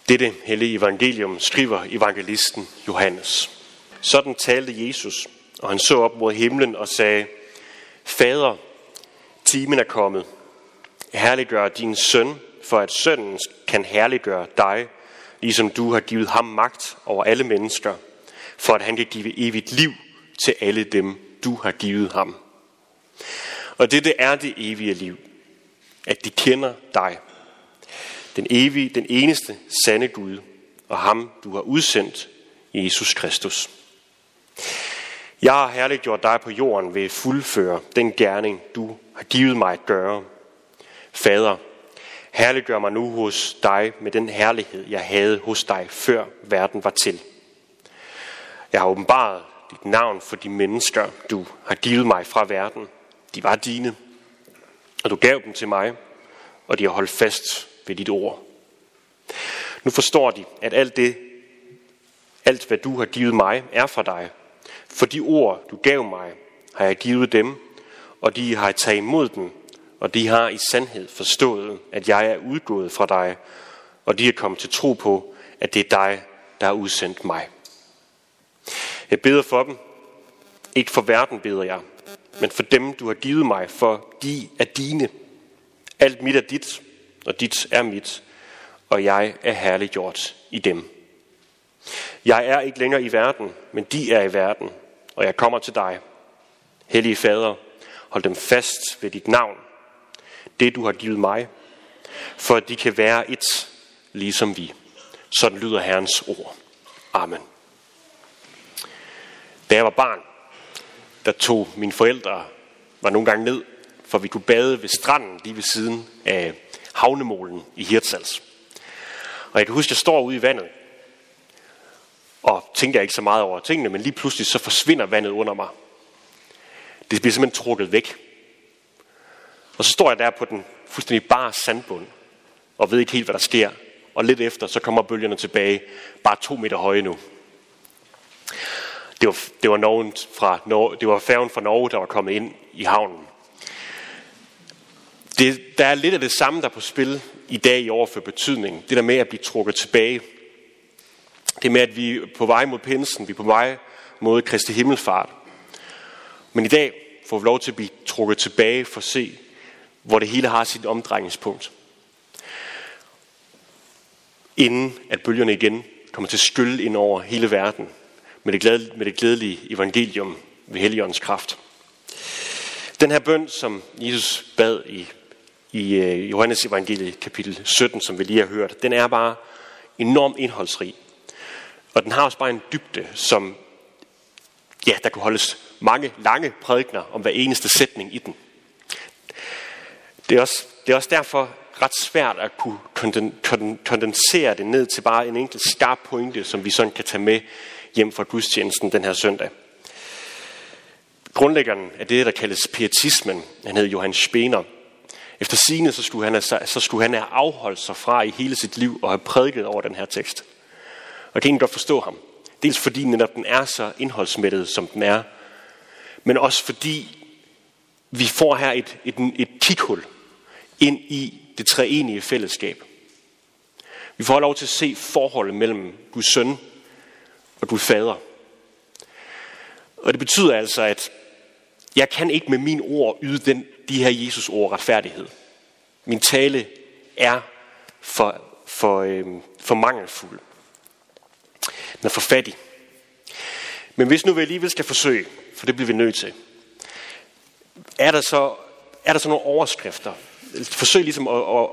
Dette hellige evangelium skriver evangelisten Johannes. Sådan talte Jesus, og han så op mod himlen og sagde: Fader, timen er kommet. Herliggør din søn, for at sønnen kan herliggøre dig, ligesom du har givet ham magt over alle mennesker, for at han kan give evigt liv til alle dem, du har givet ham. Og dette er det evige liv, at de kender dig, den evige, den eneste sande Gud, og ham, du har udsendt, Jesus Kristus. Jeg har herliggjort dig på jorden ved at fuldføre den gerning, du har givet mig at gøre. Fader, herliggør mig nu hos dig med den herlighed, jeg havde hos dig, før verden var til. Jeg har åbenbaret dit navn for de mennesker, du har givet mig fra verden. De var dine, og du gav dem til mig, og de har holdt fast ved dit ord. Nu forstår de, at alt hvad du har givet mig, er fra dig. For de ord, du gav mig, har jeg givet dem, og de har taget imod dem, og de har i sandhed forstået, at jeg er udgået fra dig, og de er kommet til tro på, at det er dig, der har udsendt mig. Jeg beder for dem, ikke for verden beder jeg, men for dem, du har givet mig, for de er dine. Alt mit er dit, og dit er mit, og jeg er herliggjort i dem. Jeg er ikke længere i verden, men de er i verden, og jeg kommer til dig. Hellige Fader, hold dem fast ved dit navn, det du har givet mig, for at de kan være et, ligesom vi. Sådan lyder Herrens ord. Amen. Da jeg var barn, der tog mine forældre mig nogle gange ned, for vi kunne bade ved stranden lige ved siden af havnemolen i Hirtshals. Og jeg kan huske, at jeg står ude i vandet, og tænker ikke så meget over tingene, men lige pludselig så forsvinder vandet under mig. Det bliver simpelthen trukket væk. Og så står jeg der på den fuldstændig bare sandbund, og ved ikke helt, hvad der sker. Og lidt efter, så kommer bølgerne tilbage, bare 2 meter høje nu. Det var færgen fra Norge, der var kommet ind i havnen. Der er lidt af det samme, der er på spil i dag i overført betydning. Det der med at blive trukket tilbage. Det med, at vi er på vej mod pinsen, vi er på vej mod Kristi himmelfart. Men i dag får vi lov til at blive trukket tilbage for at se, hvor det hele har sit omdrejningspunkt. Inden at bølgerne igen kommer til at skylle ind over hele verden med det glædelige evangelium ved Helligåndens kraft. Den her bøn, som Jesus bad i Johannes evangeliet kapitel 17, som vi lige har hørt, den er bare enormt indholdsrig. Og den har også bare en dybde, som der kunne holdes mange lange prædikener om hver eneste sætning i den. Det er også derfor ret svært at kunne kondensere det ned til bare en enkelt skarp pointe, som vi sådan kan tage med hjem fra gudstjenesten den her søndag. Grundlæggeren af det, der kaldes pietismen, han hed Johannes Spener. Efter sigende, så skulle han have afholdt sig fra i hele sit liv og have prædiket over den her tekst. Og jeg kan egentlig godt forstå ham. Dels fordi netop den er så indholdsmættet, som den er, men også fordi vi får her et kighul ind i det treenige fællesskab. Vi får lov til at se forholdet mellem Guds søn og Gud fader. Og det betyder altså, at jeg kan ikke med mine ord yde de her Jesus ord retfærdighed. Min tale er for mangelfuld. Den er for fattig. Men hvis nu vi alligevel skal forsøge, for det bliver vi nødt til, er der så nogle overskrifter? Forsøg ligesom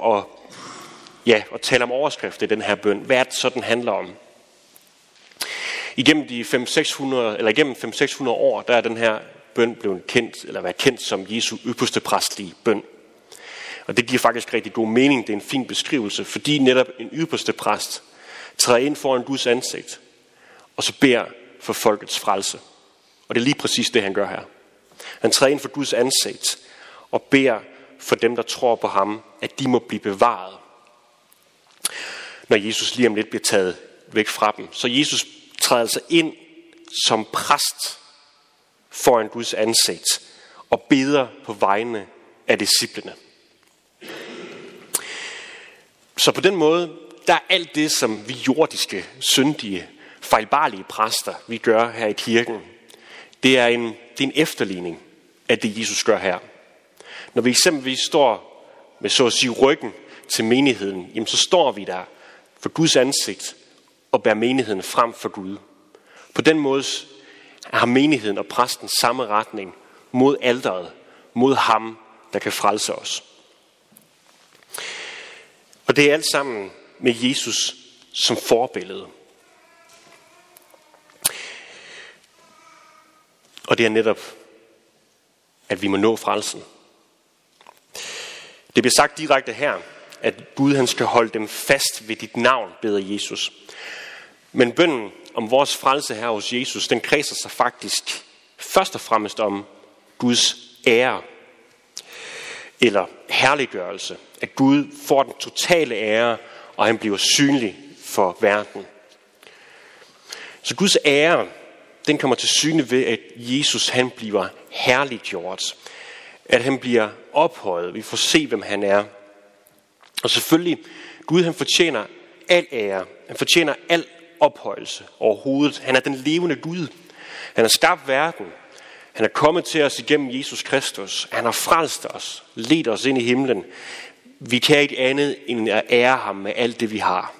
at tale om overskrifter i den her bøn. Hvad er det så, den handler om? Igennem 500-600 år, der er den her bøn blevet kendt som Jesu ypperste præstlige bøn. Og det giver faktisk rigtig god mening. Det er en fin beskrivelse, fordi netop en ypperste præst træder ind foran Guds ansigt, og så beder for folkets frelse. Og det er lige præcis det, han gør her. Han træder ind for Guds ansigt og beder for dem, der tror på ham, at de må blive bevaret, når Jesus lige om lidt bliver taget væk fra dem. Så Jesus træder altså ind som præst foran Guds ansigt og beder på vegne af disciplene. Så på den måde der er alt det, som vi jordiske, syndige, fejlbarlige præster, vi gør her i kirken. Det er en efterligning af det, Jesus gør her. Når vi eksempelvis står med så at sige ryggen til menigheden, jamen så står vi der for Guds ansigt og bærer menigheden frem for Gud. På den måde har menigheden og præsten samme retning mod alteret, mod ham, der kan frelse os. Og det er alt sammen med Jesus som forbillede. Og det er netop, at vi må nå frelsen. Det bliver sagt direkte her, at Gud han skal holde dem fast ved dit navn, beder Jesus. Men bønnen om vores frelse her hos Jesus, den kredser sig faktisk først og fremmest om Guds ære eller herliggørelse. At Gud får den totale ære, og han bliver synlig for verden. Så Guds ære, den kommer til syne ved, at Jesus han bliver herliggjort. At han bliver ophøjet. Vi får se, hvem han er. Og selvfølgelig, Gud han fortjener al ære. Han fortjener al ophøjelse overhovedet. Han er den levende Gud. Han har skabt verden. Han er kommet til os igennem Jesus Kristus. Han har frelst os, ledt os ind i himlen. Vi kan ikke andet end at ære ham med alt det, vi har.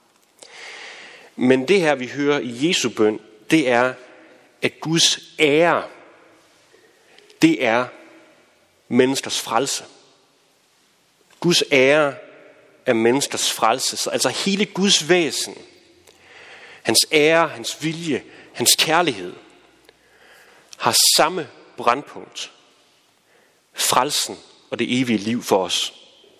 Men det her, vi hører i Jesu bøn, det er, at Guds ære, det er menneskers frelse. Guds ære er menneskers frelse. Så altså hele Guds væsen, hans ære, hans vilje, hans kærlighed, har samme brandpunkt. Frelsen og det evige liv for os.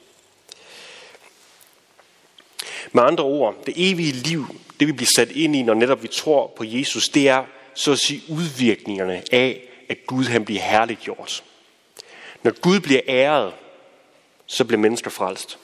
Med andre ord, det evige liv, det vi bliver sat ind i, når netop vi tror på Jesus, det er så at sige udvirkningerne af, at Gud han bliver herliggjort. Når Gud bliver æret, så bliver mennesker frelst.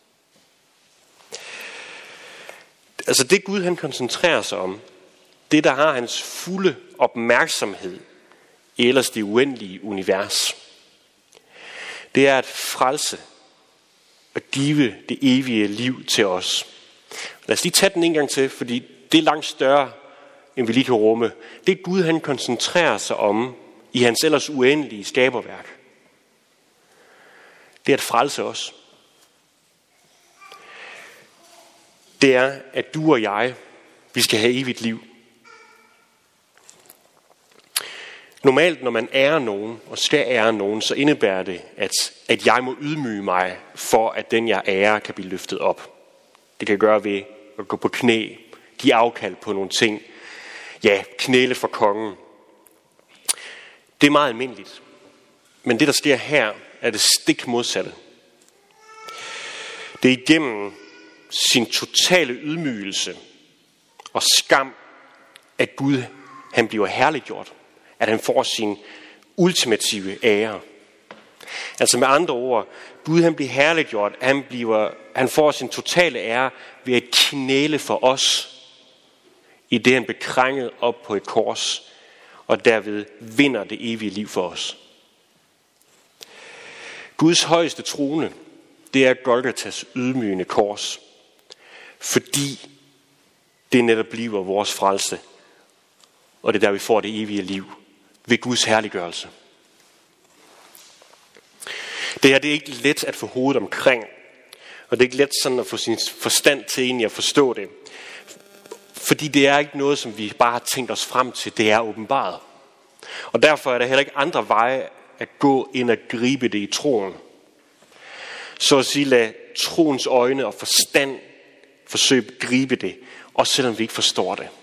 Altså det Gud han koncentrerer sig om, det der har hans fulde opmærksomhed i ellers det uendelige univers, det er at frelse og give det evige liv til os. Lad os lige tage den en gang til, fordi det er langt større, end vi lige kan rumme. Det Gud han koncentrerer sig om i hans ellers uendelige skaberværk, det er at frelse os. Det er, at du og jeg, vi skal have evigt liv. Normalt, når man ærer nogen og skal ære nogen, så indebærer det, at jeg må ydmyge mig for, at den jeg ærer kan blive løftet op. Det kan gøre ved at gå på knæ, give afkald på nogle ting. Ja, knæle for kongen. Det er meget almindeligt. Men det, der sker her, er det stik modsatte. Det er igennem sin totale ydmygelse og skam, at Gud han bliver herliggjort. At han får sin ultimative ære. Altså med andre ord, Gud han bliver herliggjort, han får sin totale ære ved at knæle for os, i det han bekrænget op på et kors, og derved vinder det evige liv for os. Guds højeste trone, det er Golgatas ydmygende kors, fordi det netop bliver vores frelse, og det er der vi får det evige liv ved Guds herliggørelse. Det her det er ikke let at få hovedet omkring, og det er ikke let sådan at få sin forstand til egentlig at forstå det. Fordi det er ikke noget, som vi bare har tænkt os frem til, det er åbenbaret. Og derfor er der heller ikke andre veje at gå ind og gribe det i troen. Så at sige, lad troens øjne og forstand forsøge at gribe det, også selvom vi ikke forstår det.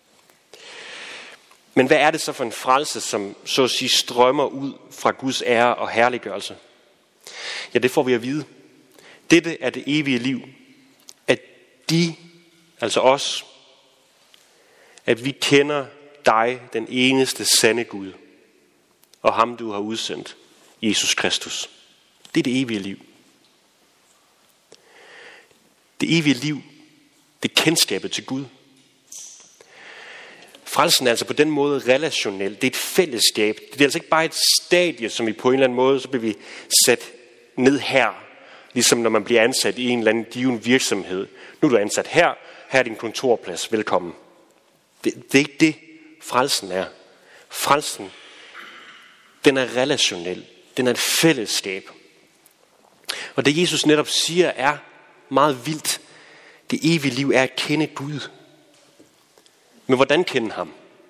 Men hvad er det så for en frelse, som så at sige strømmer ud fra Guds ære og herliggørelse? Ja, det får vi at vide. Dette er det evige liv. At altså os, at vi kender dig, den eneste sande Gud, og ham du har udsendt, Jesus Kristus. Det er det evige liv. Det evige liv, det er kendskabet til Gud. Frelsen er altså på den måde relationel. Det er et fællesskab. Det er altså ikke bare et stadie, som vi på en eller anden måde, så bliver vi sat ned her. Ligesom når man bliver ansat i en eller anden given virksomhed. Nu er du ansat her er din kontorplads, velkommen. Det er ikke det, frelsen er. Frelsen, den er relationel. Den er et fællesskab. Og det Jesus netop siger er meget vildt. Det evige liv er at kende Gud. Men hvordan kende ham?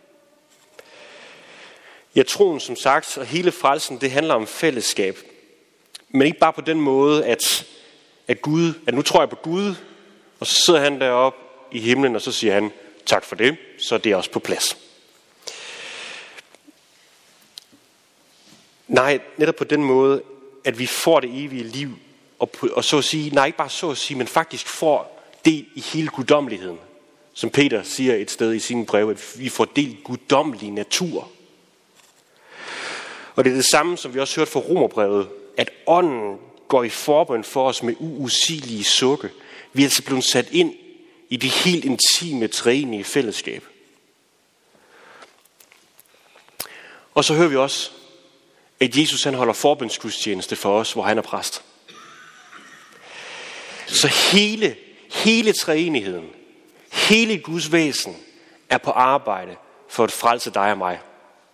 Ja, troen som sagt, og hele frelsen, det handler om fællesskab. Men ikke bare på den måde, at nu tror jeg på Gud, og så sidder han deroppe i himlen, og så siger han, tak for det, så er det også på plads. Nej, netop på den måde, at vi får det evige liv, og så at sige, nej, ikke bare så at sige, men faktisk får del i hele guddommeligheden. Som Peter siger et sted i sine breve, at vi får del i guddommelig natur. Og det er det samme, som vi også hørte fra Romerbrevet, at ånden går i forbøn for os med uudsigelige sukke. Vi er altså blevet sat ind i det helt intime, treenige fællesskab. Og så hører vi også, at Jesus han holder forbønsgudstjeneste for os, hvor han er præst. Så hele treenigheden, hele Guds væsen er på arbejde for at frelse dig og mig.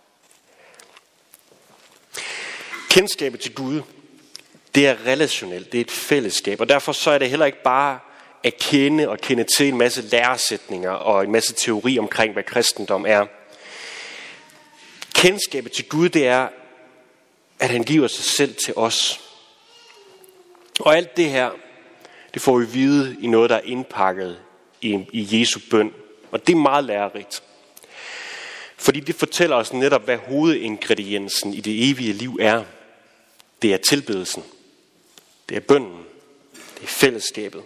Kendskabet til Gud, det er relationelt, det er et fællesskab, og derfor så er det heller ikke bare at kende og kende til en masse læresætninger og en masse teori omkring, hvad kristendom er. Kendskabet til Gud, det er, at han giver sig selv til os. Og alt det her, det får vi vide i noget, der er indpakket i Jesu bøn. Og det er meget lærerigt. Fordi det fortæller os netop, hvad hovedingrediensen i det evige liv er. Det er tilbedelsen. Det er bønnen. Det er fællesskabet.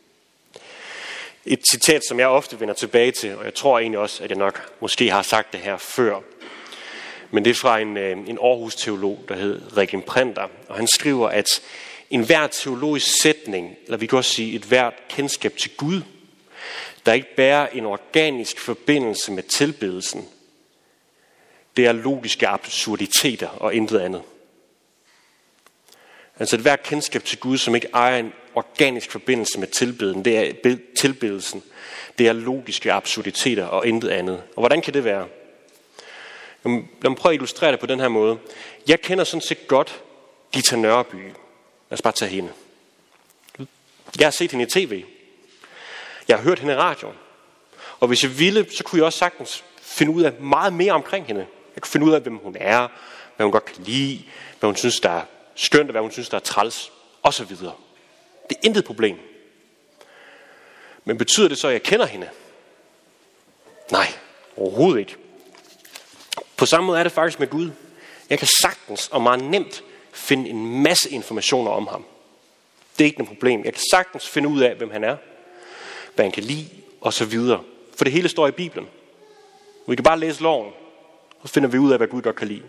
Et citat, som jeg ofte vender tilbage til, og jeg tror egentlig også, at jeg nok måske har sagt det her før. Men det er fra en Aarhus-teolog, der hed Regin Printer. Og han skriver, at enhver teologisk sætning, eller vi kan også sige et hvert kendskab til Gud, der ikke bærer en organisk forbindelse med tilbedelsen, det er logiske absurditeter og intet andet. Altså et hvert kendskab til Gud, som ikke ejer en organisk forbindelse med tilbedelsen, det er logiske absurditeter og intet andet. Og hvordan kan det være? Lad mig prøve at illustrere det på den her måde. Jeg kender sådan set godt Gita Nørby. Lad os bare tage hende. Jeg har set hende i tv. Jeg har hørt hende i radioen. Og hvis jeg ville, så kunne jeg også sagtens finde ud af meget mere omkring hende. Jeg kunne finde ud af, hvem hun er, hvad hun godt kan lide, hvad hun synes, der er skønt, og hvad hun synes, der er træls, osv. Det er intet problem. Men betyder det så, at jeg kender hende? Nej, overhovedet ikke. På samme måde er det faktisk med Gud. Jeg kan sagtens og meget nemt finde en masse informationer om ham. Det er ikke noget problem. Jeg kan sagtens finde ud af, hvem han er, hvad han kan lide, osv. For det hele står i Bibelen. Vi kan bare læse loven, og så finder vi ud af, hvad Gud godt kan lide.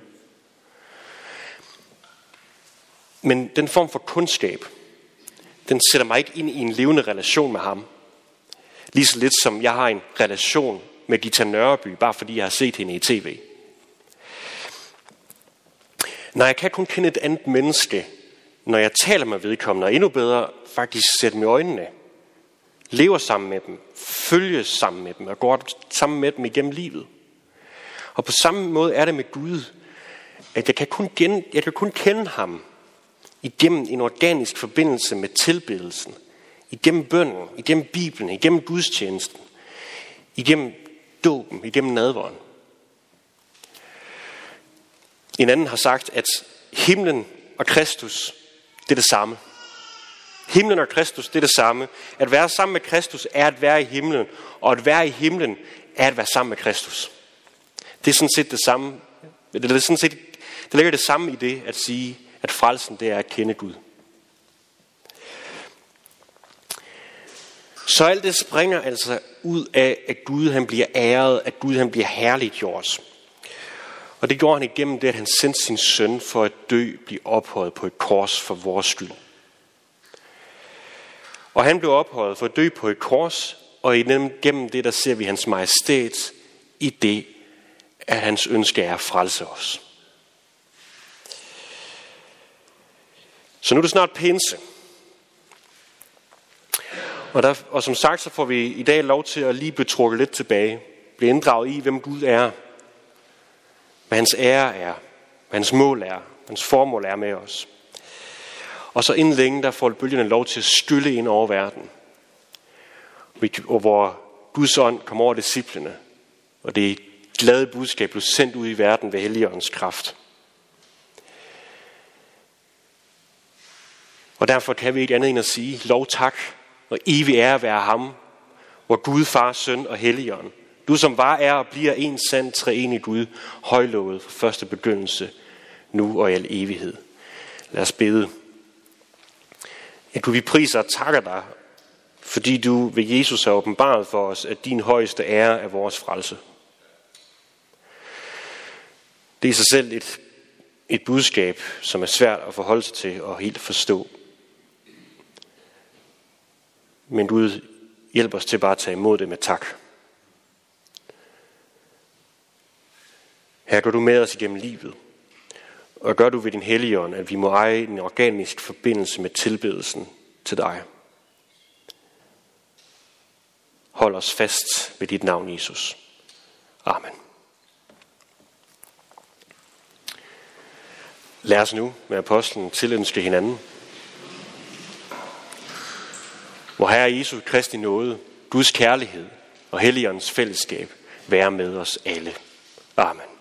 Men den form for kundskab, den sætter mig ikke ind i en levende relation med ham. Lige så lidt som jeg har en relation med Gita Nørby, bare fordi jeg har set hende i tv. Når jeg kan kun kende et andet menneske, når jeg taler med vedkommende, og endnu bedre faktisk sætte dem i øjnene, lever sammen med dem, følges sammen med dem, og går sammen med dem igennem livet. Og på samme måde er det med Gud, at jeg kan kun kende ham igennem en organisk forbindelse med tilbedelsen, igennem bønnen, igennem Bibelen, igennem gudstjenesten, igennem dåben, igennem nadveren. En anden har sagt, at himlen og Kristus, det er det samme. Himlen og Kristus, det er det samme. At være sammen med Kristus er at være i himlen, og at være i himlen er at være sammen med Kristus. Det er sådan set det samme. Der ligger det samme i det at sige, at frelsen det er at kende Gud. Så alt det springer altså ud af, at Gud han bliver æret, at Gud han bliver herliggjort. Og det gjorde han igennem det, at han sendte sin søn for at blive ophøjet på et kors for vores skyld. Og han blev ophøjet for at dø på et kors, og gennem det, der ser vi hans majestæt i det, at hans ønske er at frelse os. Så nu er det snart pinse. Og som sagt, så får vi i dag lov til at lige blive trukket lidt tilbage. Blive inddraget i, hvem Gud er. Hvad hans ære er. Hvad hans mål er. Hvad hans formål er med os. Og så inden længe, der får bølgerne lov til at skylle ind over verden. Og hvor Guds ånd kommer over disciplene. Og det glade budskab blev sendt ud i verden ved Helligåndens kraft. Og derfor kan vi ikke andet end at sige, lov tak og evig ære være ham, hvor Gud, Far, Søn og Helligånd. Du som var, er og bliver en sand treenig Gud, højlovet fra første begyndelse, nu og i al evighed. Lad os bede. Ja, Gud, vi priser og takker dig, fordi du ved Jesus har åbenbaret for os, at din højeste ære er vores frelse. Det er i sig selv et budskab, som er svært at forholde sig til og helt forstå. Men Gud, hjælp os til bare at tage imod det med tak. Her går du med os igennem livet, og gør du ved din Helligånd, at vi må eje en organisk forbindelse med tilbedelsen til dig. Hold os fast ved dit navn, Jesus. Amen. Lad os nu med apostlen tilønske hinanden. Hvor Herre Jesu Kristi nåde, Guds kærlighed og Helligåndens fællesskab være med os alle. Amen.